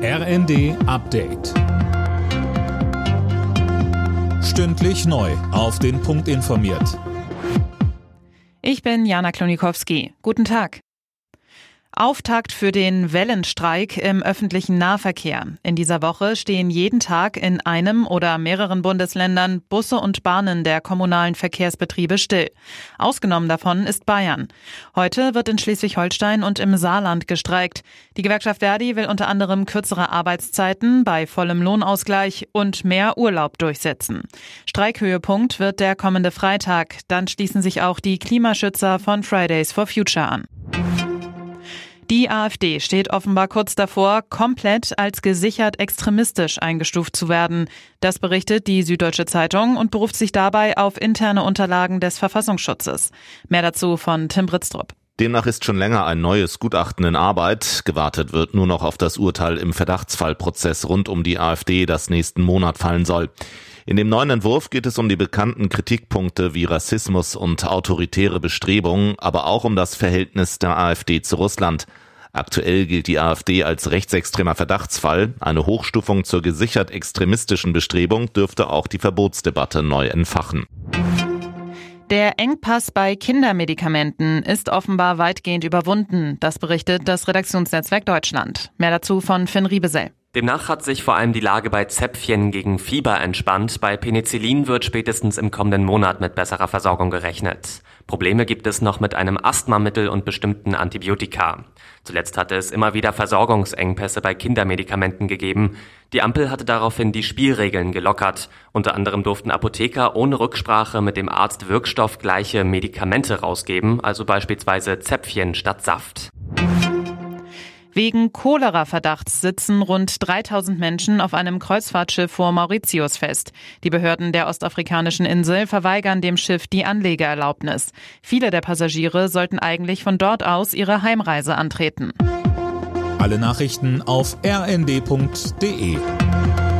RND Update. Stündlich neu auf den Punkt informiert. Ich bin Jana Klonikowski. Guten Tag. Auftakt für den Wellenstreik im öffentlichen Nahverkehr. In dieser Woche stehen jeden Tag in einem oder mehreren Bundesländern Busse und Bahnen der kommunalen Verkehrsbetriebe still. Ausgenommen davon ist Bayern. Heute wird in Schleswig-Holstein und im Saarland gestreikt. Die Gewerkschaft Verdi will unter anderem kürzere Arbeitszeiten bei vollem Lohnausgleich und mehr Urlaub durchsetzen. Streikhöhepunkt wird der kommende Freitag. Dann schließen sich auch die Klimaschützer von Fridays for Future an. Die AfD steht offenbar kurz davor, komplett als gesichert extremistisch eingestuft zu werden. Das berichtet die Süddeutsche Zeitung und beruft sich dabei auf interne Unterlagen des Verfassungsschutzes. Mehr dazu von Tim Britztrup. Demnach ist schon länger ein neues Gutachten in Arbeit. Gewartet wird nur noch auf das Urteil im Verdachtsfallprozess rund um die AfD, das nächsten Monat fallen soll. In dem neuen Entwurf geht es um die bekannten Kritikpunkte wie Rassismus und autoritäre Bestrebungen, aber auch um das Verhältnis der AfD zu Russland. Aktuell gilt die AfD als rechtsextremer Verdachtsfall. Eine Hochstufung zur gesichert extremistischen Bestrebung dürfte auch die Verbotsdebatte neu entfachen. Der Engpass bei Kindermedikamenten ist offenbar weitgehend überwunden. Das berichtet das Redaktionsnetzwerk Deutschland. Mehr dazu von Finn Riebesell. Demnach hat sich vor allem die Lage bei Zäpfchen gegen Fieber entspannt. Bei Penicillin wird spätestens im kommenden Monat mit besserer Versorgung gerechnet. Probleme gibt es noch mit einem Asthmamittel und bestimmten Antibiotika. Zuletzt hatte es immer wieder Versorgungsengpässe bei Kindermedikamenten gegeben. Die Ampel hatte daraufhin die Spielregeln gelockert. Unter anderem durften Apotheker ohne Rücksprache mit dem Arzt wirkstoffgleiche Medikamente rausgeben, also beispielsweise Zäpfchen statt Saft. Wegen Cholera-Verdachts sitzen rund 3000 Menschen auf einem Kreuzfahrtschiff vor Mauritius fest. Die Behörden der ostafrikanischen Insel verweigern dem Schiff die Anlegeerlaubnis. Viele der Passagiere sollten eigentlich von dort aus ihre Heimreise antreten. Alle Nachrichten auf rnd.de.